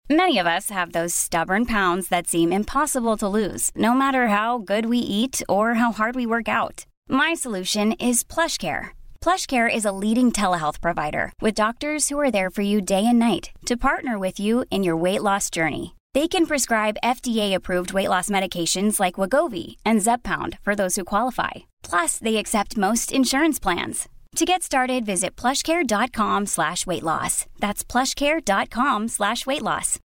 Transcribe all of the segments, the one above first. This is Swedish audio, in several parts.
Many of us have those stubborn pounds that seem impossible to lose, no matter how good we eat or how hard we work out. My solution is PlushCare. PlushCare is a leading telehealth provider with doctors who are there for you day and night to partner with you in your weight loss journey. They can prescribe FDA-approved weight loss medications like Wegovy and Zepbound for those who qualify. Plus, they accept most insurance plans. To get started, visit plushcare.com/weightloss. That's plushcare.com/weightloss.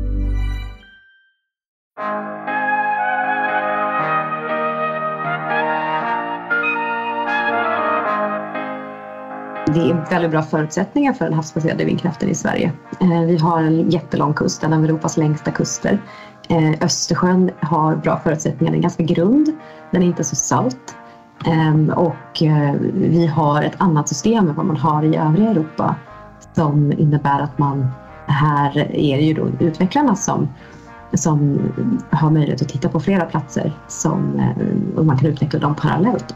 Det är väldigt bra förutsättningar för den havsbaserade vindkraften i Sverige. Vi har en jättelång kust, en av Europas längsta kuster. Östersjön har bra förutsättningar, den är ganska grund, den är inte så salt. Och vi har ett annat system än vad man har i övriga Europa som innebär att man här är ju då utvecklarna som har möjlighet att titta på flera platser och man kan utveckla dem parallellt.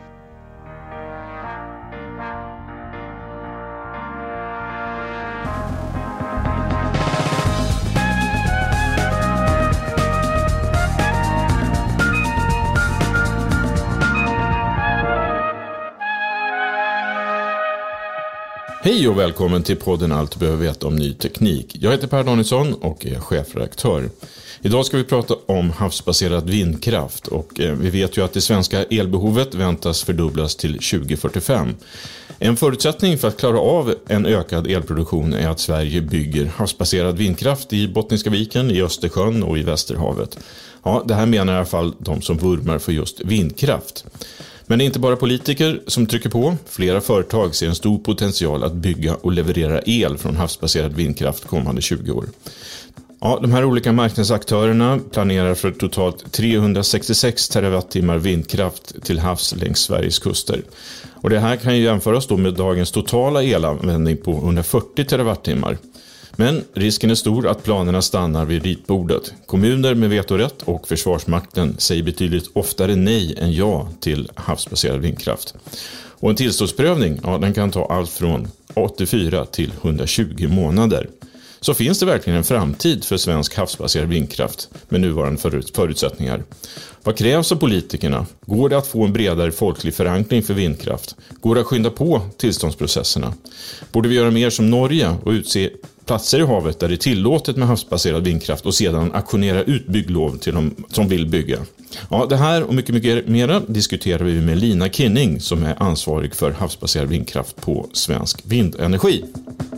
Hej och välkommen till podden Allt du behöver veta om ny teknik. Jag heter Per Danielsson och är chefredaktör. Idag ska vi prata om havsbaserad vindkraft och vi vet ju att det svenska elbehovet väntas fördubblas till 2045. En förutsättning för att klara av en ökad elproduktion är att Sverige bygger havsbaserad vindkraft i Bottniska viken, i Östersjön och i Västerhavet. Ja, det här menar i alla fall de som vurmar för just vindkraft. Men det är inte bara politiker som trycker på. Flera företag ser en stor potential att bygga och leverera el från havsbaserad vindkraft kommande 20 år. Ja, de här olika marknadsaktörerna planerar för totalt 366 terawattimmar vindkraft till havs längs Sveriges kuster. Och det här kan ju jämföras då med dagens totala elanvändning på 140 terawattimmar. Men risken är stor att planerna stannar vid ritbordet. Kommuner med vetorätt och Försvarsmakten säger betydligt oftare nej än ja till havsbaserad vindkraft. Och en tillståndsprövning, ja, den kan ta allt från 84 till 120 månader. Så finns det verkligen en framtid för svensk havsbaserad vindkraft med nuvarande förutsättningar? Vad krävs av politikerna? Går det att få en bredare folklig förankring för vindkraft? Går det att skynda på tillståndsprocesserna? Borde vi göra mer som Norge och utse platser i havet där det är tillåtet med havsbaserad vindkraft och sedan auktionera ut bygglov till de som vill bygga? Ja, det här och mycket mera diskuterar vi med Lina Kinning som är ansvarig för havsbaserad vindkraft på Svensk Vindenergi.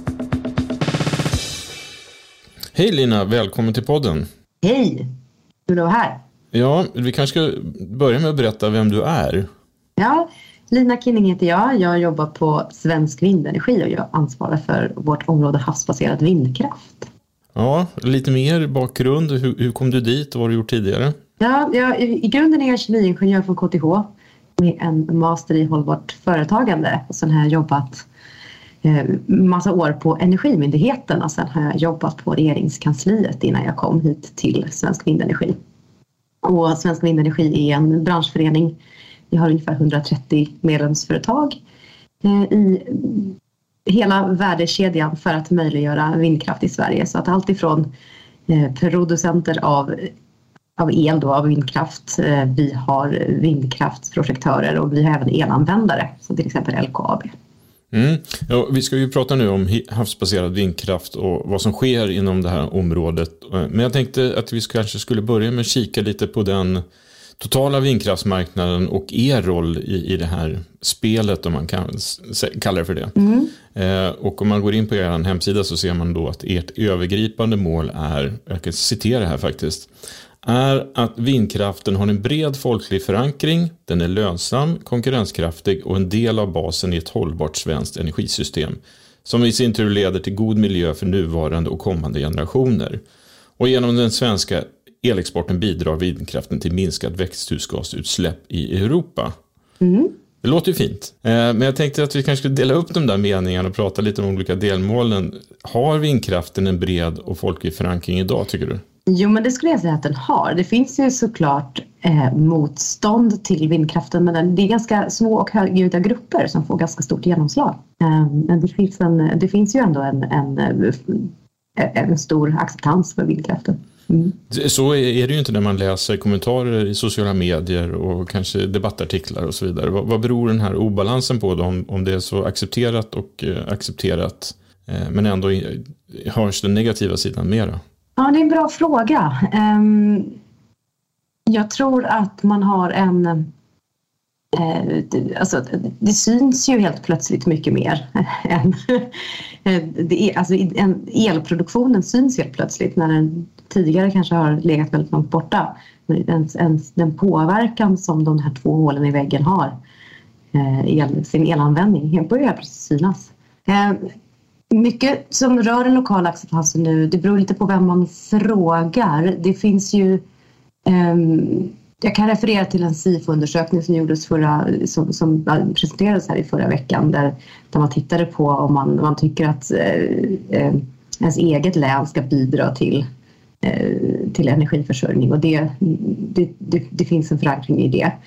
Hej Lina, välkommen till podden. Hej, hur är du här? Ja, vi kanske ska börja med att berätta vem du är. Ja, Lina Kinning heter jag. Jag jobbar på Svensk Vindenergi och jag ansvarar för vårt område havsbaserad vindkraft. Ja, lite mer bakgrund. Hur kom du dit och vad har du gjort tidigare? Ja, i grunden är jag kemiingenjör från KTH med en master i hållbart företagande. Och sen har jag jobbat massa år på Energimyndigheten och sen har jag jobbat på regeringskansliet innan jag kom hit till Svensk Vindenergi. Och Svensk Vindenergi är en branschförening. Vi har ungefär 130 medlemsföretag i hela värdekedjan för att möjliggöra vindkraft i Sverige. Så att allt ifrån producenter av el då, av vindkraft, vi har vindkraftsprojektörer och vi har även elanvändare, som till exempel LKAB. Ja, vi ska ju prata nu om havsbaserad vindkraft och vad som sker inom det här området. Men jag tänkte att vi kanske skulle börja med att kika lite på den totala vindkraftsmarknaden och er roll i det här spelet, om man kan kalla det för det. Och om man går in på er hemsida så ser man då att ert övergripande mål är, jag kan citera här faktiskt, är att vindkraften har en bred folklig förankring, den är lönsam, konkurrenskraftig och en del av basen i ett hållbart svenskt energisystem som i sin tur leder till god miljö för nuvarande och kommande generationer. Och genom den svenska elexporten bidrar vindkraften till minskat växthusgasutsläpp i Europa. Det låter ju fint. Men jag tänkte att vi kanske skulle dela upp de där meningarna och prata lite om olika delmålen. Har vindkraften en bred och folklig förankring idag, tycker du? Jo, men det skulle jag säga att den har. Det finns ju såklart motstånd till vindkraften, men det är ganska små och högljudda grupper som får ganska stort genomslag. Men det finns ju ändå en stor acceptans för vindkraften. Mm. Så är det ju inte när man läser kommentarer i sociala medier och kanske debattartiklar och så vidare. Vad beror den här obalansen på då, om det är så accepterat och accepterat men ändå hörs den negativa sidan mera? Ja, det är en bra fråga. Jag tror att man har alltså, det syns ju helt plötsligt mycket mer än elproduktionen syns helt plötsligt när den tidigare kanske har legat väldigt långt borta. Den påverkan som de här 2 hålen i väggen har sin elanvändning börjar precis synas. Mycket som rör den lokala acceptansen nu, det beror lite på vem man frågar. Det finns ju jag kan referera till en SIFO-undersökning som gjordes som presenterades här i förra veckan där man tittade på om man tycker att ens eget län ska bidra till energiförsörjning, och det finns en förankring i det.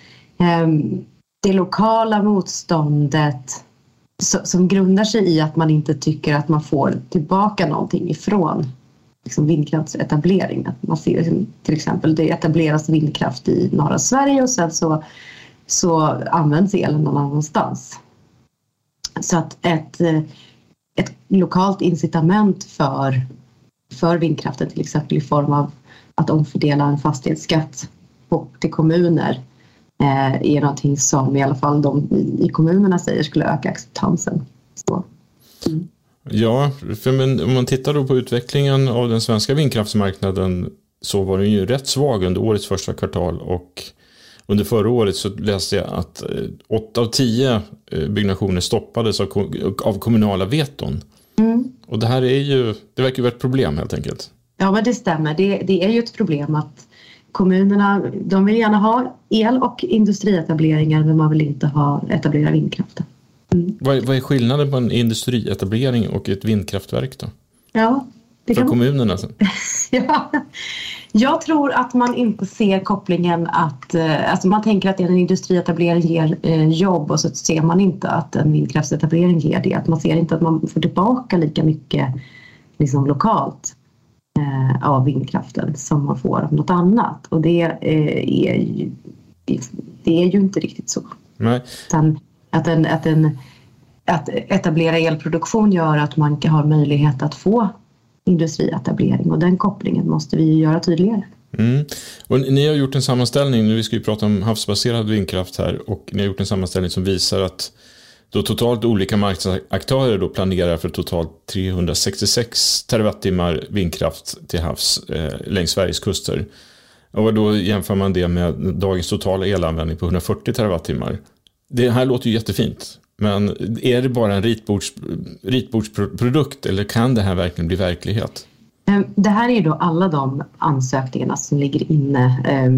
Det lokala motståndet som grundar sig i att man inte tycker att man får tillbaka någonting ifrån liksom vindkraftsetablering. Att man ser till exempel det etableras vindkraft i norra Sverige och sen så används elen någon annanstans. Så att ett lokalt incitament för vindkraften till exempel i form av att omfördela en fastighetsskatt till kommuner är någonting som i alla fall de i kommunerna säger skulle öka acceptansen. Så. Mm. Ja, men om man tittar då på utvecklingen av den svenska vindkraftsmarknaden så var den ju rätt svag under årets första kvartal, och under förra året så läste jag att 8 av 10 byggnationer stoppades av kommunala veton. Mm. Och det verkar ju vara ett problem helt enkelt. Ja, men det stämmer. Det är ju ett problem att kommunerna, de vill gärna ha el- och industrietableringar, men man vill inte etablera vindkraften. Mm. Vad är skillnaden på en industrietablering och ett vindkraftverk då? Ja, för kommunerna? Ja, jag tror att man inte ser kopplingen att alltså man tänker att en industrietablering ger jobb, och så ser man inte att en vindkraftsetablering ger det. Att man ser inte att man får tillbaka lika mycket liksom lokalt av vindkraften som man får av något annat. Och det är ju inte riktigt så. Nej. Utan att etablera elproduktion gör att man har möjlighet att få industrietablering, och den kopplingen måste vi göra tydligare. Mm. Och ni har gjort en sammanställning, nu vi ska ju prata om havsbaserad vindkraft här, och ni har gjort en sammanställning som visar att då totalt olika marknadsaktörer då planerar för totalt 366 terawattimmar vindkraft till havs längs Sveriges kuster. Och då jämför man det med dagens totala elanvändning på 140 terawattimmar. Det här låter ju jättefint, men är det bara en ritbordsprodukt eller kan det här verkligen bli verklighet? Det här är ju då alla de ansökningarna som ligger inne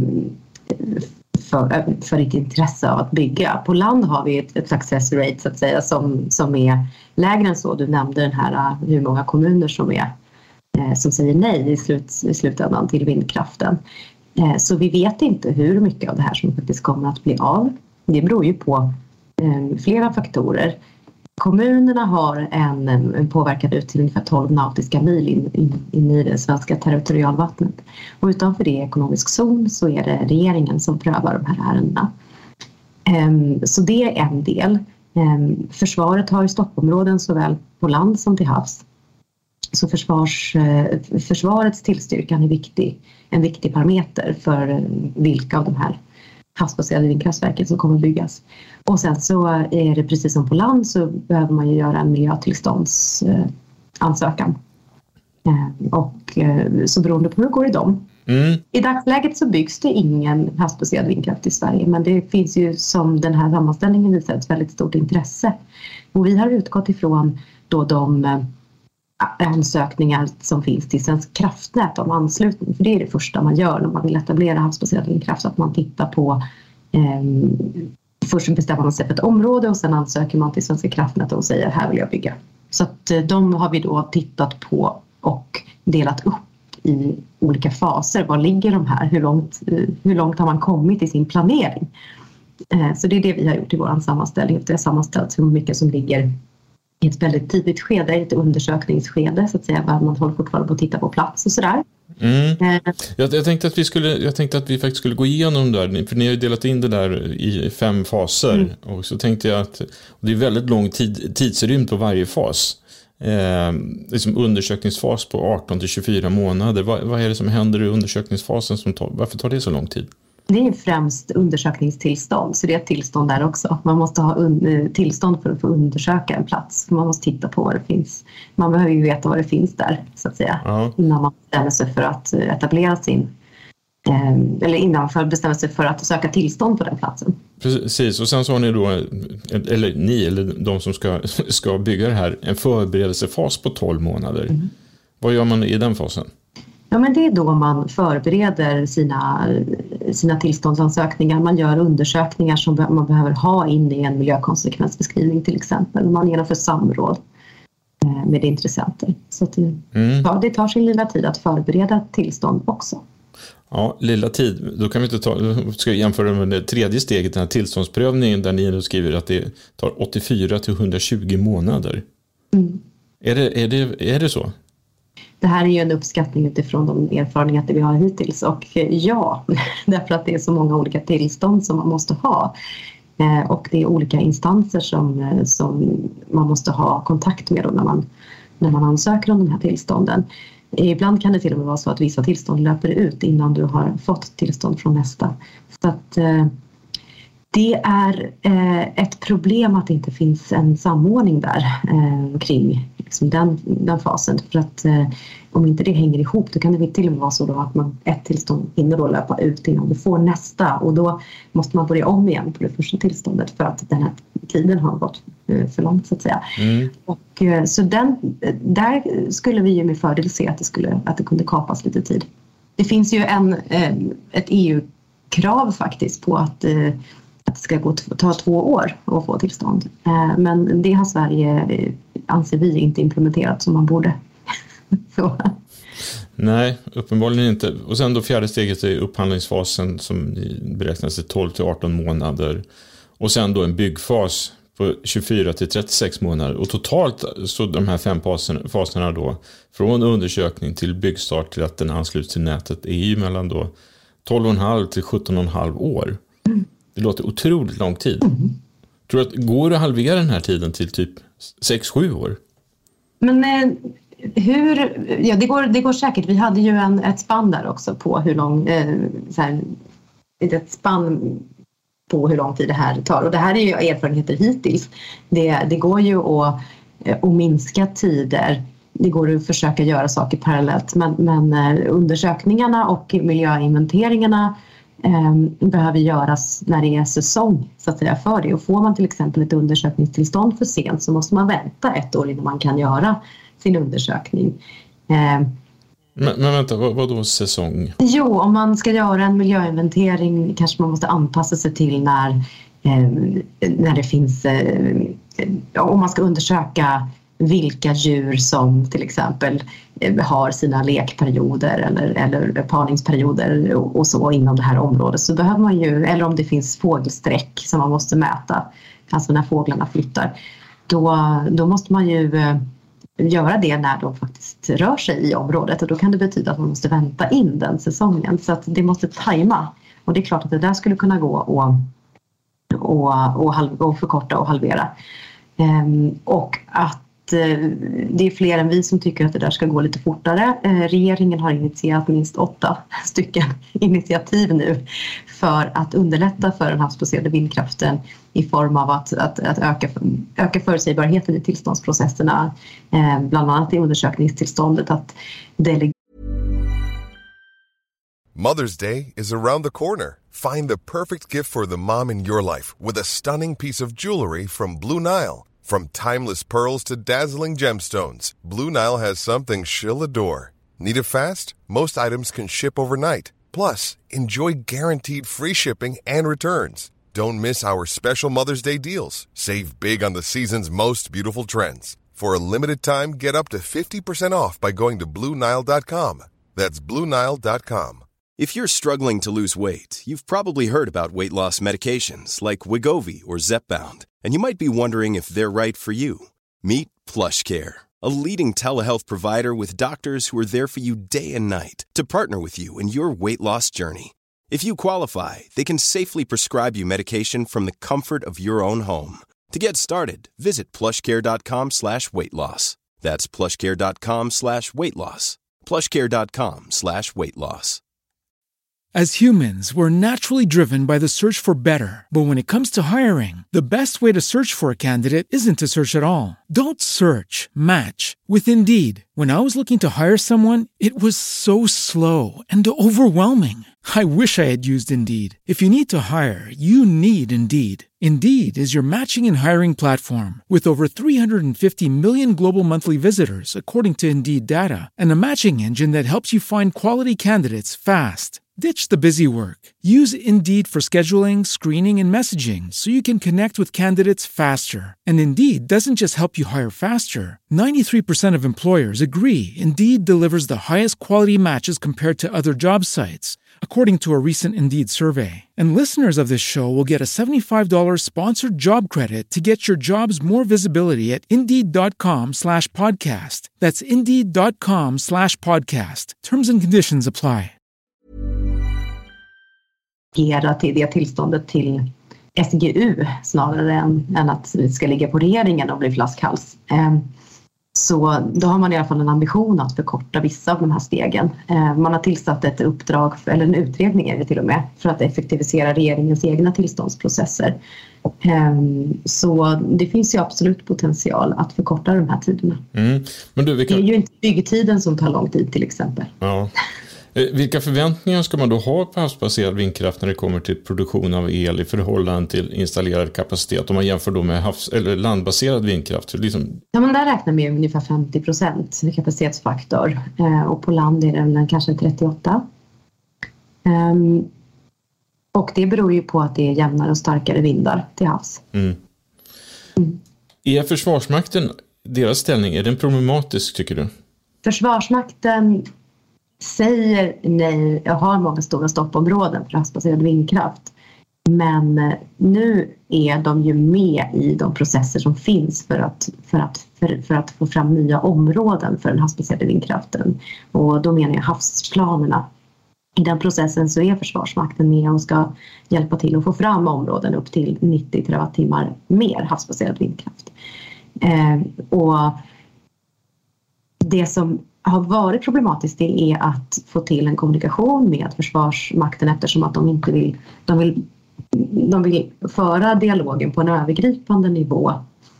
för ett intresse av att bygga. På land har vi ett success rate så att säga som är lägre än så. Du nämnde den här hur många kommuner som säger nej i slutändan till vindkraften. Så vi vet inte hur mycket av det här som faktiskt kommer att bli av. Det beror ju på flera faktorer. Kommunerna har en påverkan ut till ungefär 12 nautiska mil in i det svenska territorialvattnet. Och utanför det ekonomisk zon så är det regeringen som prövar de här ärendena. Så det är en del. Försvaret har ju stoppområden såväl på land som till havs. Så försvarets tillstyrkan är en viktig parameter för vilka av de här havsbaserade vindkraftverken som kommer att byggas. Och sen så är det precis som på land så behöver man ju göra en miljötillståndsansökan. Och så beroende på hur det går i dem. Mm. I dagsläget så byggs det ingen havsbaserad vindkraft i Sverige, men det finns ju, som den här sammanställningen visar, ett väldigt stort intresse. Och vi har utgått ifrån då de ansökningar som finns till Svenska kraftnät om anslutning. För det är det första man gör när man vill etablera havsbaserad vindkraft. Så att man tittar på, först bestämmer man sig för ett område och sen ansöker man till Svenska kraftnät och säger här vill jag bygga. Så att de har vi då tittat på och delat upp i olika faser. Var ligger de här? Hur långt har man kommit i sin planering? Så det är det vi har gjort i vår sammanställning. Det har sammanställts hur mycket som ligger i ett väldigt tidigt skede, ett undersökningsskede så att säga, där man håller fortfarande på att titta på plats och sådär. Jag tänkte att vi faktiskt skulle gå igenom det där, för ni har ju delat in det där i 5 faser och så tänkte jag att det är väldigt lång tidsrymd på varje fas. Liksom undersökningsfas på 18-24 månader. Vad är det som händer i undersökningsfasen varför tar det så lång tid? Det är främst undersökningstillstånd, så det är ett tillstånd där också. Man måste ha tillstånd för att få undersöka en plats. Man måste titta på vad det finns. Man behöver ju veta vad det finns där, så att säga. Innan man bestämmer sig för att etablera eller innan man bestämmer sig för att söka tillstånd på den platsen. Precis, och sen så har ni då, eller de som ska bygga det här, en förberedelsefas på 12 månader. Vad gör man i den fasen? Ja, men det är då man förbereder sina tillståndsansökningar. Man gör undersökningar som man behöver ha in i en miljökonsekvensbeskrivning till exempel. Man genomför samråd med intressenter. Så att det tar sin lilla tid att förbereda tillstånd också. Ja, lilla tid. Då kan vi inte ska jämföra med det tredje steget, den här tillståndsprövningen där ni skriver att det tar 84-120 månader. Är det så? Det här är ju en uppskattning utifrån de erfarenheter vi har hittills och ja, därför att det är så många olika tillstånd som man måste ha och det är olika instanser som man måste ha kontakt med när man ansöker om de här tillstånden. Ibland kan det till och med vara så att vissa tillstånd löper ut innan du har fått tillstånd från nästa. Så att det är ett problem att det inte finns en samordning där kring liksom den fasen. För att om inte det hänger ihop, då kan det till och med vara så då att ett tillstånd hinner då löpa ut innan du får nästa. Och då måste man börja om igen på det första tillståndet för att den här tiden har gått för långt så att säga. Och så där skulle vi ju med fördel se att det kunde kapas lite tid. Det finns ju ett EU-krav faktiskt på att det ska ta 2 år att få tillstånd. Men det har Sverige, anser vi, inte implementerat som man borde. Så. Nej, uppenbarligen inte. Och sen då fjärde steget är upphandlingsfasen som beräknas till 12-18 månader. Och sen då en byggfas på 24-36 månader. Och totalt så de här 5 faserna då, från undersökning till byggstart till att den ansluts till nätet, är ju mellan då 12,5 till 17,5 år. Det låter otroligt lång tid. Tror du att går det att halvera den här tiden till typ 6-7 år? Men det går säkert. Vi hade ju ett spann där också på hur lång ett spann på hur lång tid det här tar. Och det här är ju erfarenheter hittills. Det går ju att minska tider. Det går att försöka göra saker parallellt. Men undersökningarna och miljöinventeringarna behöver göras när det är säsong så att säga för det. Och får man till exempel ett undersökningstillstånd för sent så måste man vänta 1 år innan man kan göra sin undersökning. Men vänta, vad då säsong? Jo, om man ska göra en miljöinventering kanske man måste anpassa sig till när det finns, om man ska undersöka vilka djur som till exempel har sina lekperioder eller parningsperioder och så inom det här området, så behöver man ju, eller om det finns fågelsträck som man måste mäta, alltså när fåglarna flyttar, då måste man ju göra det när de faktiskt rör sig i området, och då kan det betyda att man måste vänta in den säsongen, så att det måste tajma, och det är klart att det där skulle kunna gå och förkorta och halvera, och att det är fler än vi som tycker att det där ska gå lite fortare. Regeringen har initierat minst 8 stycken initiativ nu för att underlätta för den havsbaserade vindkraften i form av att öka förutsägbarheten i tillståndsprocesserna, bland annat i undersökningstillståndet att Mother's Day is around the corner. Find the perfect gift for the mom in your life with a stunning piece of jewelry from Blue Nile. From timeless pearls to dazzling gemstones, Blue Nile has something she'll adore. Need it fast? Most items can ship overnight. Plus, enjoy guaranteed free shipping and returns. Don't miss our special Mother's Day deals. Save big on the season's most beautiful trends. For a limited time, get up to 50% off by going to BlueNile.com. That's BlueNile.com. If you're struggling to lose weight, you've probably heard about weight loss medications like Wegovy or Zepbound, and you might be wondering if they're right for you. Meet PlushCare, a leading telehealth provider with doctors who are there for you day and night to partner with you in your weight loss journey. If you qualify, they can safely prescribe you medication from the comfort of your own home. To get started, visit plushcare.com/weightloss. That's plushcare.com/weightloss. plushcare.com/weightloss. As humans, we're naturally driven by the search for better. But when it comes to hiring, the best way to search for a candidate isn't to search at all. Don't search, match with Indeed. When I was looking to hire someone, it was so slow and overwhelming. I wish I had used Indeed. If you need to hire, you need Indeed. Indeed is your matching and hiring platform with over 350 million global monthly visitors, according to Indeed data, and a matching engine that helps you find quality candidates fast. Ditch the busy work. Use Indeed for scheduling, screening, and messaging so you can connect with candidates faster. And Indeed doesn't just help you hire faster. 93% of employers agree Indeed delivers the highest quality matches compared to other job sites, according to a recent Indeed survey. And listeners of this show will get a $75 sponsored job credit to get your jobs more visibility at Indeed.com/podcast. That's Indeed.com/podcast. Terms and conditions apply. Till det tillståndet till SGU snarare än att det ska ligga på regeringen och bli flaskhals. Så då har man i alla fall en ambition att förkorta vissa av de här stegen. Man har tillsatt ett uppdrag, eller en utredning är det till och med, för att effektivisera regeringens egna tillståndsprocesser. Så det finns ju absolut potential att förkorta de här tiderna. Men du, Det är ju inte byggtiden som tar lång tid till exempel. Ja. Vilka förväntningar ska man då ha på havsbaserad vindkraft när det kommer till produktion av el i förhållande till installerad kapacitet om man jämför då med eller landbaserad vindkraft? Ja, men där räknar vi ungefär 50% kapacitetsfaktor och på land är den kanske 38%. Och det beror ju på att det är jämnare och starkare vindar till havs. Är Försvarsmakten, deras ställning, är den problematisk tycker du? Försvarsmakten säger nej, jag har många stora stoppområden för havsbaserad vindkraft. Men nu är de ju med i de processer som finns för att få fram nya områden för den havsbaserade vindkraften. Och då menar jag havsplanerna. I den processen så är Försvarsmakten med och ska hjälpa till att få fram områden upp till 90 terawattimmar mer havsbaserad vindkraft. Och det som har varit problematiskt det är att få till en kommunikation med Försvarsmakten eftersom att de inte vill, de vill föra dialogen på en övergripande nivå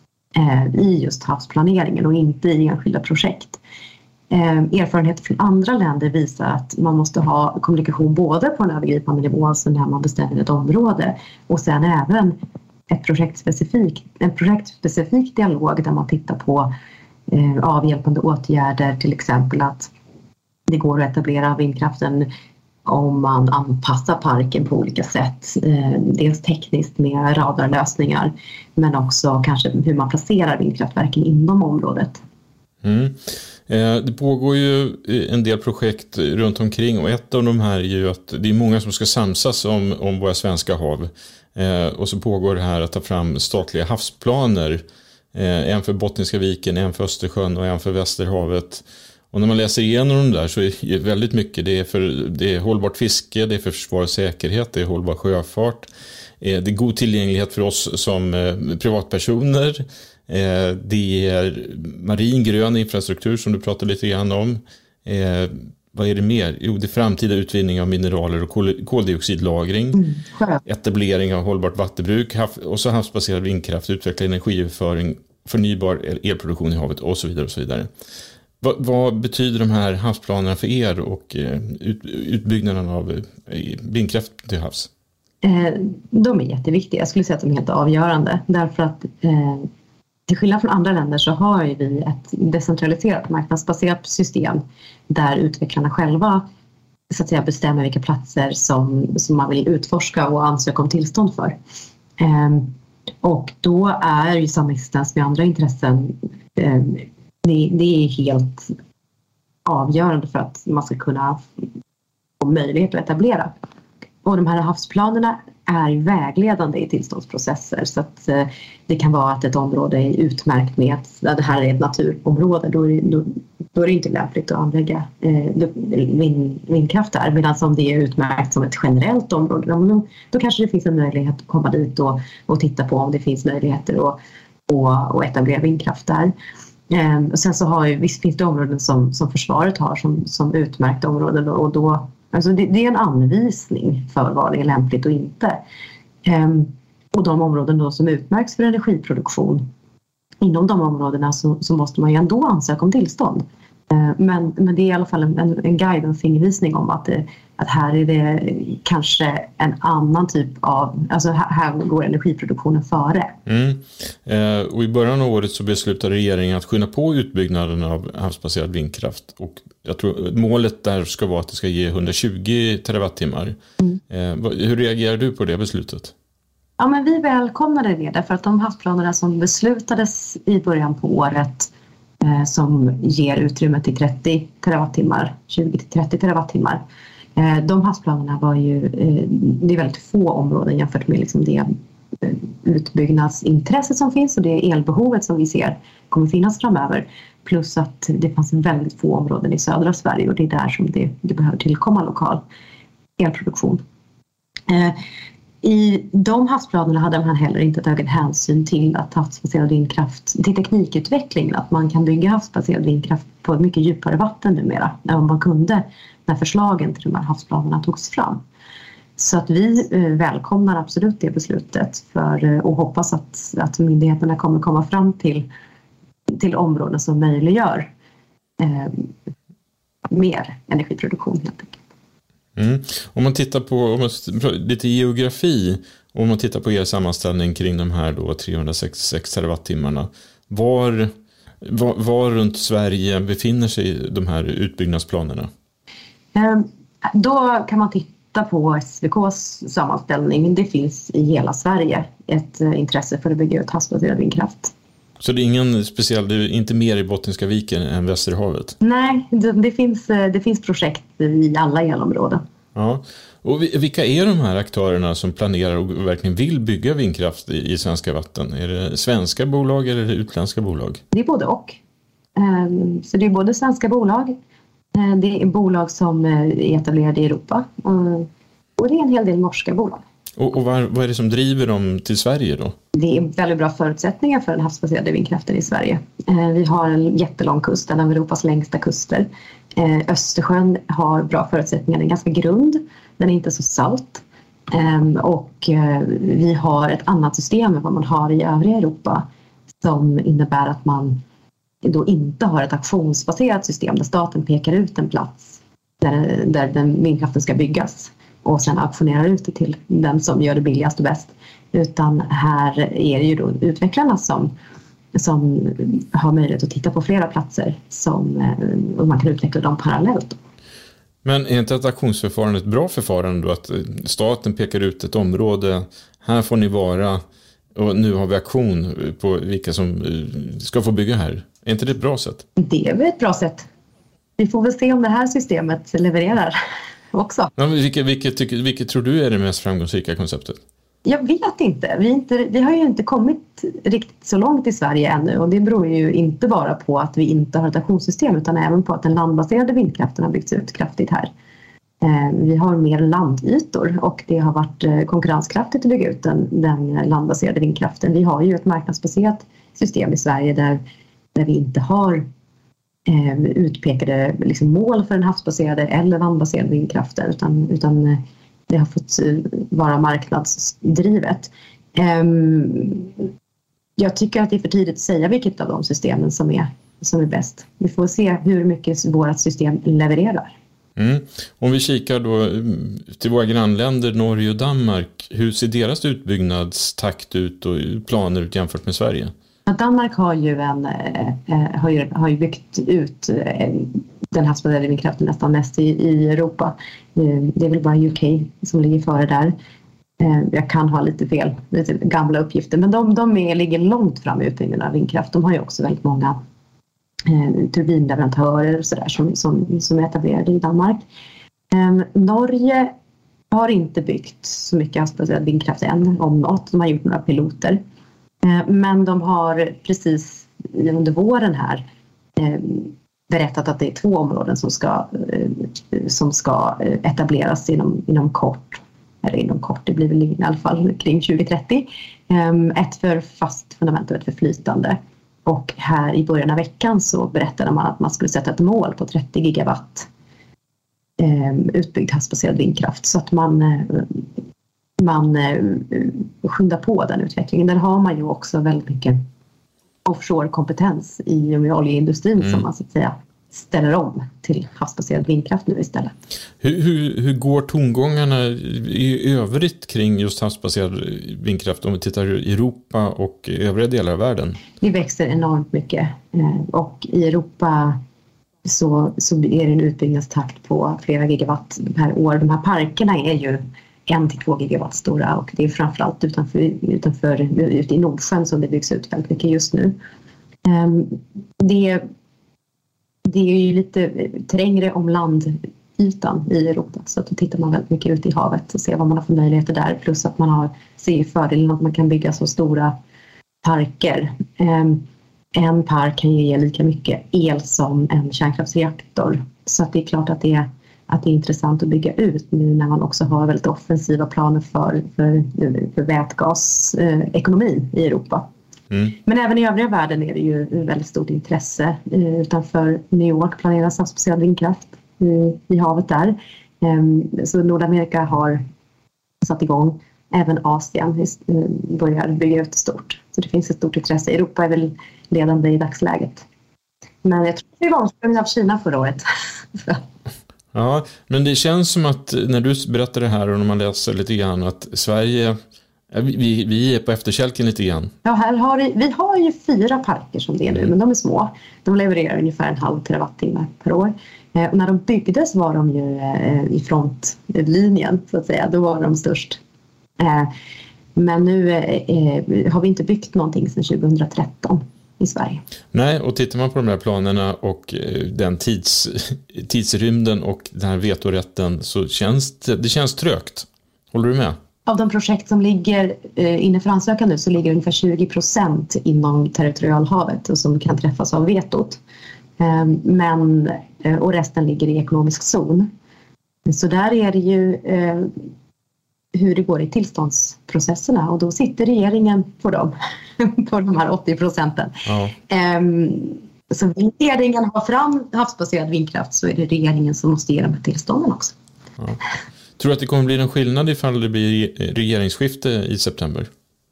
i just havsplaneringen och inte i enskilda projekt. Erfarenheter från andra länder visar att man måste ha kommunikation både på en övergripande nivå, alltså när man bestämmer ett område, och sen även en projektspecifik dialog där man tittar på avhjälpande åtgärder, till exempel att det går att etablera vindkraften om man anpassar parken på olika sätt. Dels tekniskt med radarlösningar men också kanske hur man placerar vindkraftverken inom området. Det pågår ju en del projekt runt omkring och ett av de här är ju att det är många som ska samsas om våra svenska hav. Och så pågår det här att ta fram statliga havsplaner. En för Bottniska viken, en för Östersjön och en för Västerhavet. Och när man läser igenom dem där så är det väldigt mycket. Det är hållbart fiske, det är för försvar och säkerhet, det är hållbar sjöfart. Det är god tillgänglighet för oss som privatpersoner. Det är marin grön infrastruktur som du pratade lite grann om. Vad är det mer? Jo, det är framtida utvinning av mineraler och koldioxidlagring. Etablering av hållbart vattenbruk och så havsbaserad vindkraft, utveckla energiöverföring, förnybar elproduktion i havet och så vidare och så vidare. Vad betyder de här havsplanerna för er och utbyggnaden av vindkraft till havs? De är jätteviktiga. Jag skulle säga att de är helt avgörande. Därför att till skillnad från andra länder så har vi ett decentraliserat marknadsbaserat system där utvecklarna själva så att säga bestämmer vilka platser som man vill utforska och ansöka om tillstånd för. Och då är ju samexistens med andra intressen det är helt avgörande för att man ska kunna få möjlighet att etablera. Och de här havsplanerna är vägledande i tillståndsprocesser. Så att det kan vara att ett område är utmärkt med att det här är ett naturområde. Då är det inte lämpligt att anlägga vindkraft där. Medan om det är utmärkt som ett generellt område, då kanske det finns en möjlighet att komma dit och titta på om det finns möjligheter att etablera vindkraft där. Och sen så visst finns det områden som försvaret har som utmärkta områden, och då, alltså det är en anvisning för vad det är lämpligt och inte. Och de områden då som utmärks för energiproduktion, inom de områdena så måste man ju ändå ansöka om tillstånd. Men det är i alla fall en guide, en fingervisning om att här är det kanske en annan typ av, alltså här går energiproduktionen före. Och i början av året så beslutade regeringen att skynda på utbyggnaden av havsbaserad vindkraft, och jag tror målet där ska vara att det ska ge 120 terawattimmar. Hur reagerar du på det beslutet? Ja, men vi välkomnade det därför att de havsplanerna som beslutades i början på året som ger utrymme till 30 terawattimmar, 20 till 30 terawattimmar. De havsplanerna var ju, det är väldigt få områden jämfört med liksom det utbyggnadsintresset som finns och det elbehovet som vi ser kommer finnas framöver. Plus att det fanns väldigt få områden i södra Sverige, och det är där som det behöver tillkomma lokal elproduktion. I de havsplanerna hade man heller inte tagit hänsyn till att havsbaserad vindkraft, till teknikutvecklingen, att man kan bygga havsbaserad vindkraft på ett mycket djupare vatten numera än man kunde när förslagen till de här havsplanerna togs fram. Så att vi välkomnar absolut det beslutet och hoppas att myndigheterna kommer komma fram till områden som möjliggör mer energiproduktion helt enkelt. Om man tittar på lite geografi, om man tittar på er sammanställning kring de här då 366 terawattimmarna, var runt Sverige befinner sig de här utbyggnadsplanerna? Då kan man titta på SVKs sammanställning. Det finns i hela Sverige ett intresse för att bygga ut havsbaserad vindkraft. Så det är ingen speciell, det är inte mer i Bottniska viken än Västerhavet? Nej, det finns projekt i alla elområden. Ja. Och vilka är de här aktörerna som planerar och verkligen vill bygga vindkraft i svenska vatten? Är det svenska bolag eller är det utländska bolag? Det är både och. Så det är både svenska bolag, det är bolag som är etablerade i Europa och det är en hel del norska bolag. Och vad är det som driver dem till Sverige då? Det är väldigt bra förutsättningar för den havsbaserade vindkraften i Sverige. Vi har en jättelång kust, en av Europas längsta kuster. Östersjön har bra förutsättningar, den är ganska grund, den är inte så salt. Och vi har ett annat system än vad man har i övriga Europa som innebär att man då inte har ett auktionsbaserat system där staten pekar ut en plats där den vindkraften ska byggas och sen auktionerar ut det till den som gör det billigast och bäst. Utan här är det ju då utvecklarna som har möjlighet att titta på flera platser och man kan utveckla dem parallellt. Men är inte ett auktionsförfarande ett bra förfarande då, att staten pekar ut ett område, här får ni vara och nu har vi auktion på vilka som ska få bygga här? Är inte det ett bra sätt? Det är väl ett bra sätt. Vi får väl se om det här systemet levererar också. Ja, vilket tror du är det mest framgångsrika konceptet? Jag vet inte. Vi har ju inte kommit riktigt så långt i Sverige ännu, och det beror ju inte bara på att vi inte har ett auktionssystem utan även på att den landbaserade vindkraften har byggts ut kraftigt här. Vi har mer landytor och det har varit konkurrenskraftigt att bygga ut den landbaserade vindkraften. Vi har ju ett marknadsbaserat system i Sverige där vi inte har utpekade liksom mål för den havsbaserade eller landbaserade vindkraften utan det har fått vara marknadsdrivet. Jag tycker att det är för tidigt att säga vilket av de systemen som är bäst. Vi får se hur mycket vårt system levererar. Om vi kikar då till våra grannländer Norge och Danmark, hur ser deras utbyggnadstakt ut och planer ut jämfört med Sverige? Danmark har ju byggt ut den havsbaserade vindkraften nästan mest i Europa. Det är väl bara UK som ligger före där. Jag kan ha lite gamla uppgifter, men de ligger långt fram i utbyggnaden av vindkraft. De har ju också väldigt många turbinleverantörer och sådär som är etablerade i Danmark. Norge har inte byggt så mycket havsbaserad vindkraft än, om något. De har gjort några piloter. Men de har precis under våren här berättat att det är 2 områden som ska etableras inom kort. Eller inom kort, det blir väl i alla fall kring 2030. Ett för fast fundament och ett för flytande. Och här i början av veckan så berättade man att man skulle sätta ett mål på 30 gigawatt utbyggd havsbaserad vindkraft. Så att man skyndar på den utvecklingen. Där har man ju också väldigt mycket offshore-kompetens i oljeindustrin som man så att säga ställer om till havsbaserad vindkraft nu istället. Hur går tongångarna i övrigt kring just havsbaserad vindkraft om vi tittar i Europa och övriga delar av världen? Det växer enormt mycket och i Europa så är det en utbyggnadstakt på flera gigawatt per år. De här parkerna är ju 1-2 gigawatt stora och det är framförallt ute i Nordsjön som det byggs ut väldigt mycket just nu. Det är ju lite trängre om landytan i Europa, så att då tittar man väldigt mycket ut i havet och ser vad man har för möjligheter där, plus att man ser fördelen att man kan bygga så stora parker. En park kan ju ge lika mycket el som en kärnkraftsreaktor, så att det är klart att det är intressant att bygga ut nu när man också har väldigt offensiva planer för vätgasekonomin i Europa. Men även i övriga världen är det ju väldigt stort intresse. Utanför New York planeras havsbaserad vindkraft i havet där. Så Nordamerika har satt igång. Även Asien börjar bygga ut stort. Så det finns ett stort intresse. Europa är väl ledande i dagsläget. Men jag tror att det var omsprungen av Kina förra året. Ja, men det känns som att när du berättar det här och när man läser lite grann att Sverige... Vi är på efterkälken lite grann. Ja, vi har ju 4 parker som det är nu, men de är små. De levererar ungefär 0,5 terawattimmar per år. Och när de byggdes var de ju i frontlinjen, så att säga. Då var de störst. Men nu har vi inte byggt någonting sedan 2013 i Sverige. Nej, och tittar man på de här planerna och den tidsrymden och den här vetorätten så känns det känns trögt. Håller du med? Av de projekt som ligger inne för ansökan nu så ligger ungefär 20% inom territorialhavet och som kan träffas av vetot. Och resten ligger i ekonomisk zon. Så där är det ju hur det går i tillståndsprocesserna och då sitter regeringen på dem, på de här 80%. Ja. Så vill regeringen ha fram havsbaserad vindkraft så är det regeringen som måste ge de här tillstånden också. Ja. Tror du att det kommer bli en skillnad ifall det blir regeringsskifte i september?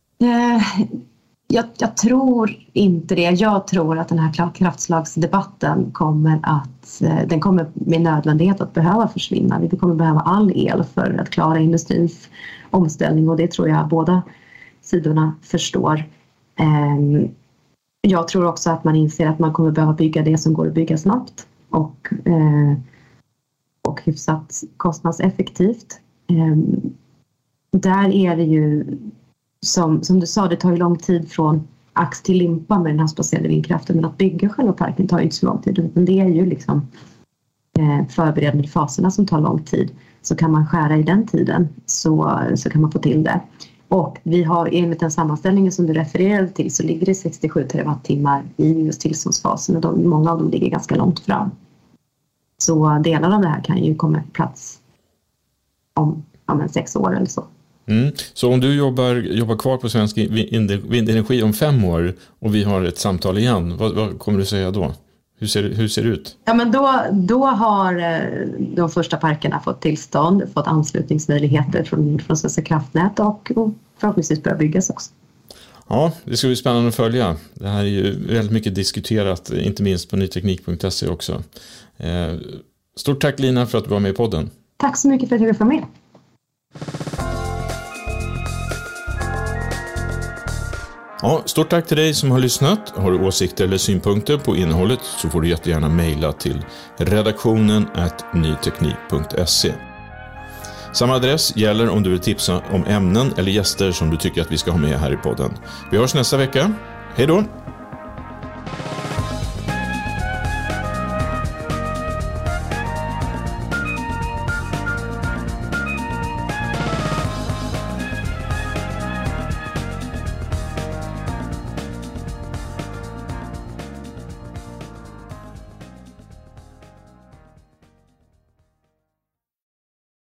Jag tror inte det. Jag tror att den här kraftslagsdebatten kommer med nödvändighet att behöva försvinna. Vi kommer behöva all el för att klara industrins omställning och det tror jag båda sidorna förstår. Jag tror också att man inser att man kommer behöva bygga det som går att bygga snabbt och hyfsat kostnadseffektivt. Där är det ju, som du sa, det tar ju lång tid från ax till limpa med den havsbaserade vindkraften, men att bygga själva parken tar ju inte så lång tid, utan det är ju liksom förberedande faserna som tar lång tid. Så kan man skära i den tiden så kan man få till det. Och vi har enligt den sammanställningen som du refererade till så ligger det 67 terawattimmar i just tillståndsfasen och många av dem ligger ganska långt fram. Så delar av det här kan ju komma på plats om 6 år eller så. Så om du jobbar kvar på Svensk Vindenergi om 5 år och vi har ett samtal igen, vad kommer du säga då? Hur ser det ut? Ja, men då har de första parkerna fått tillstånd, fått anslutningsmöjligheter från Svenska kraftnät och förhoppningsvis börja byggas också. Ja, det ska bli spännande att följa. Det här är ju väldigt mycket diskuterat, inte minst på nyteknik.se också. Stort tack Lina för att du var med i podden. Tack så mycket för att jag fick vara med. Ja, stort tack till dig som har lyssnat. Har du åsikter eller synpunkter på innehållet så får du jättegärna mejla till redaktionen@nyteknik.se. Samma adress gäller om du vill tipsa om ämnen eller gäster som du tycker att vi ska ha med här i podden. Vi hörs nästa vecka. Hej då!